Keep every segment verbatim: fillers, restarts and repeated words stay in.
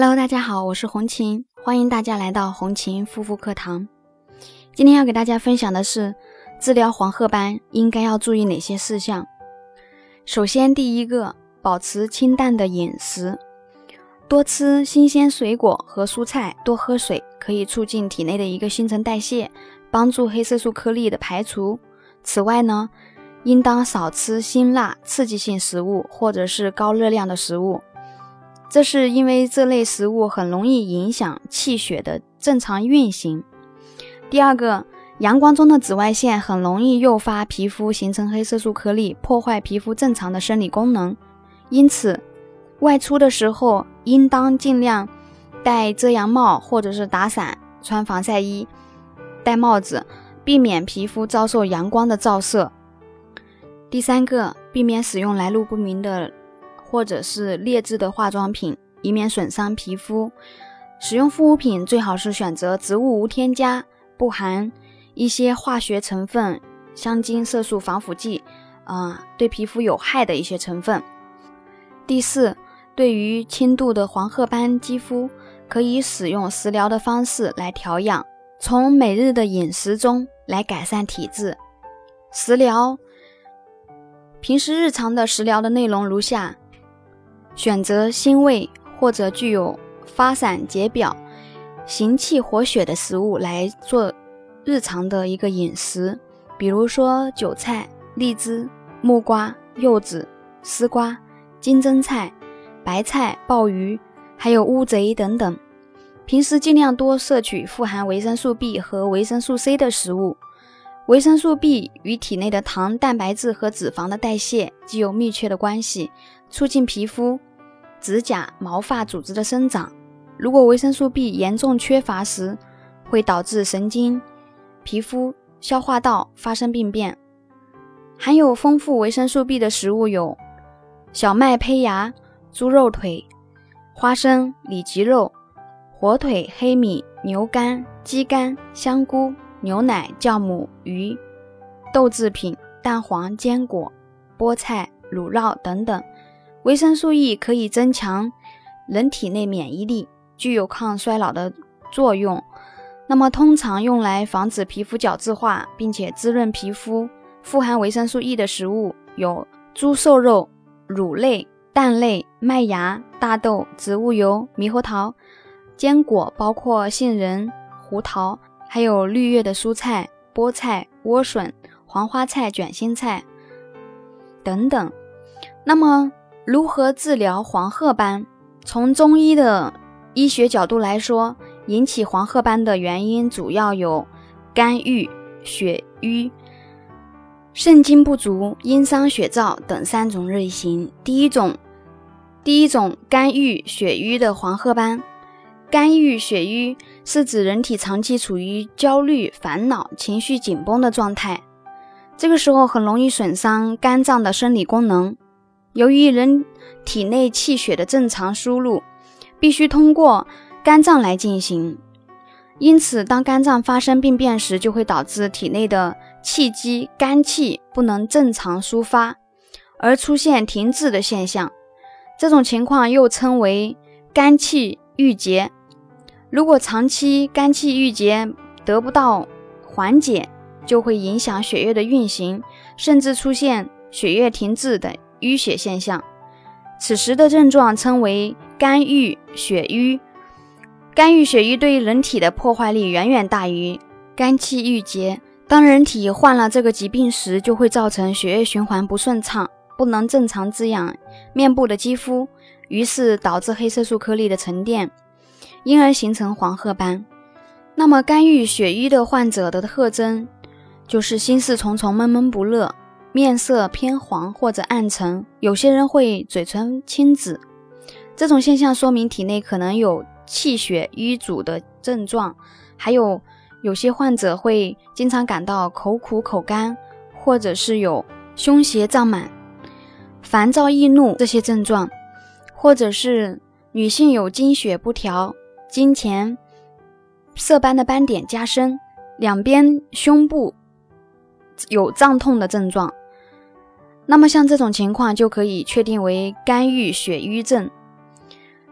Hello， 大家好，我是红琴，欢迎大家来到红琴夫妇课堂。今天要给大家分享的是治疗黄褐斑应该要注意哪些事项。首先，第一个，保持清淡的饮食，多吃新鲜水果和蔬菜，多喝水，可以促进体内的一个新陈代谢，帮助黑色素颗粒的排除。此外呢，应当少吃辛辣刺激性食物或者是高热量的食物，这是因为这类食物很容易影响气血的正常运行。第二个，阳光中的紫外线很容易诱发皮肤形成黑色素颗粒，破坏皮肤正常的生理功能，因此外出的时候应当尽量戴遮阳帽或者是打伞，穿防晒衣，戴帽子，避免皮肤遭受阳光的照射。第三个，避免使用来路不明的或者是劣质的化妆品，以免损伤皮肤。使用护肤品最好是选择植物无添加，不含一些化学成分、香精、色素、防腐剂，呃，对皮肤有害的一些成分。第四，对于轻度的黄褐斑肌肤，可以使用食疗的方式来调养，从每日的饮食中来改善体质。食疗，平时日常的食疗的内容如下：选择辛味或者具有发散解表、行气活血的食物来做日常的一个饮食，比如说韭菜、荔枝、木瓜、柚子、丝瓜、金针菜、白菜、鲍鱼，还有乌贼等等。平时尽量多摄取富含维生素 B 和维生素 C 的食物。维生素 B 与体内的糖、蛋白质和脂肪的代谢具有密切的关系，促进皮肤、指甲、毛发组织的生长。如果维生素 B 严重缺乏时，会导致神经、皮肤、消化道发生病变。含有丰富维生素 B 的食物有小麦胚芽、猪肉腿、花生、里脊肉、火腿、黑米、牛肝、鸡肝、香菇、牛奶、酵母、鱼、豆制品、蛋黄、坚果、菠菜、乳酪等等。维生素 E 可以增强人体内免疫力，具有抗衰老的作用。那么通常用来防止皮肤角质化，并且滋润皮肤，富含维生素 E 的食物有猪瘦肉、乳类、蛋类、麦芽、大豆、植物油、猕猴桃。坚果包括杏仁、胡桃，还有绿叶的蔬菜、菠菜、莴笋、黄花菜、卷心菜等等。那么如何治疗黄褐斑？从中医的医学角度来说，引起黄褐斑的原因主要有肝郁、血瘀、肾精不足、阴伤血燥等三种类型。第一种，第一种肝郁血瘀的黄褐斑。肝郁血瘀是指人体长期处于焦虑、烦恼、情绪紧绷的状态，这个时候很容易损伤肝脏的生理功能。由于人体内气血的正常输入必须通过肝脏来进行，因此当肝脏发生病变时，就会导致体内的气机、肝气不能正常抒发，而出现停滞的现象。这种情况又称为肝气郁结。如果长期肝气郁结得不到缓解，就会影响血液的运行，甚至出现血液停滞的淤血现象。此时的症状称为肝郁血瘀。肝郁血瘀对于人体的破坏力远远大于肝气郁结。当人体患了这个疾病时，就会造成血液循环不顺畅，不能正常滋养面部的肌肤，于是导致黑色素颗粒的沉淀，因而形成黄褐斑。那么肝郁血瘀的患者的特征就是心事重重、闷闷不乐，面色偏黄或者暗沉，有些人会嘴唇青紫。这种现象说明体内可能有气血瘀阻的症状，还有有些患者会经常感到口苦口干，或者是有胸胁胀满、烦躁易怒这些症状，或者是女性有经血不调、经前色斑的斑点加深，两边胸部有胀痛的症状。那么像这种情况就可以确定为肝郁血瘀症。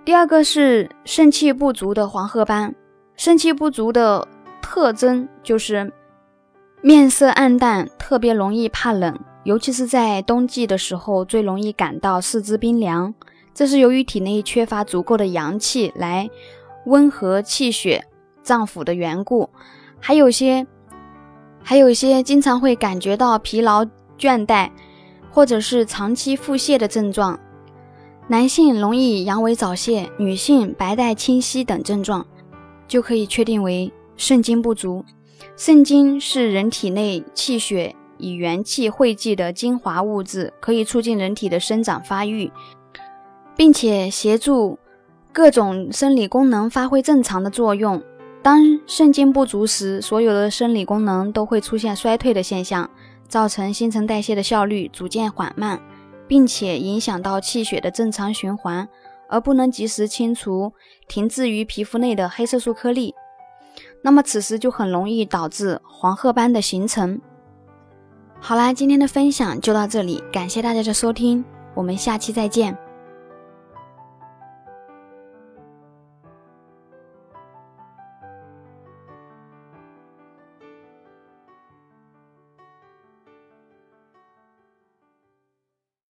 第二个是肾气不足的黄褐斑。肾气不足的特征就是面色暗淡，特别容易怕冷，尤其是在冬季的时候最容易感到四肢冰凉，这是由于体内缺乏足够的阳气来温和气血脏腑的缘故。还有些还有一些经常会感觉到疲劳倦怠，或者是长期腹泻的症状。男性容易阳痿早泄，女性白带清晰等症状，就可以确定为肾精不足。肾精是人体内气血以元气汇聚的精华物质，可以促进人体的生长发育，并且协助各种生理功能发挥正常的作用。当肾精不足时，所有的生理功能都会出现衰退的现象，造成新陈代谢的效率逐渐缓慢，并且影响到气血的正常循环，而不能及时清除停滞于皮肤内的黑色素颗粒。那么此时就很容易导致黄褐斑的形成。好啦，今天的分享就到这里，感谢大家的收听，我们下期再见。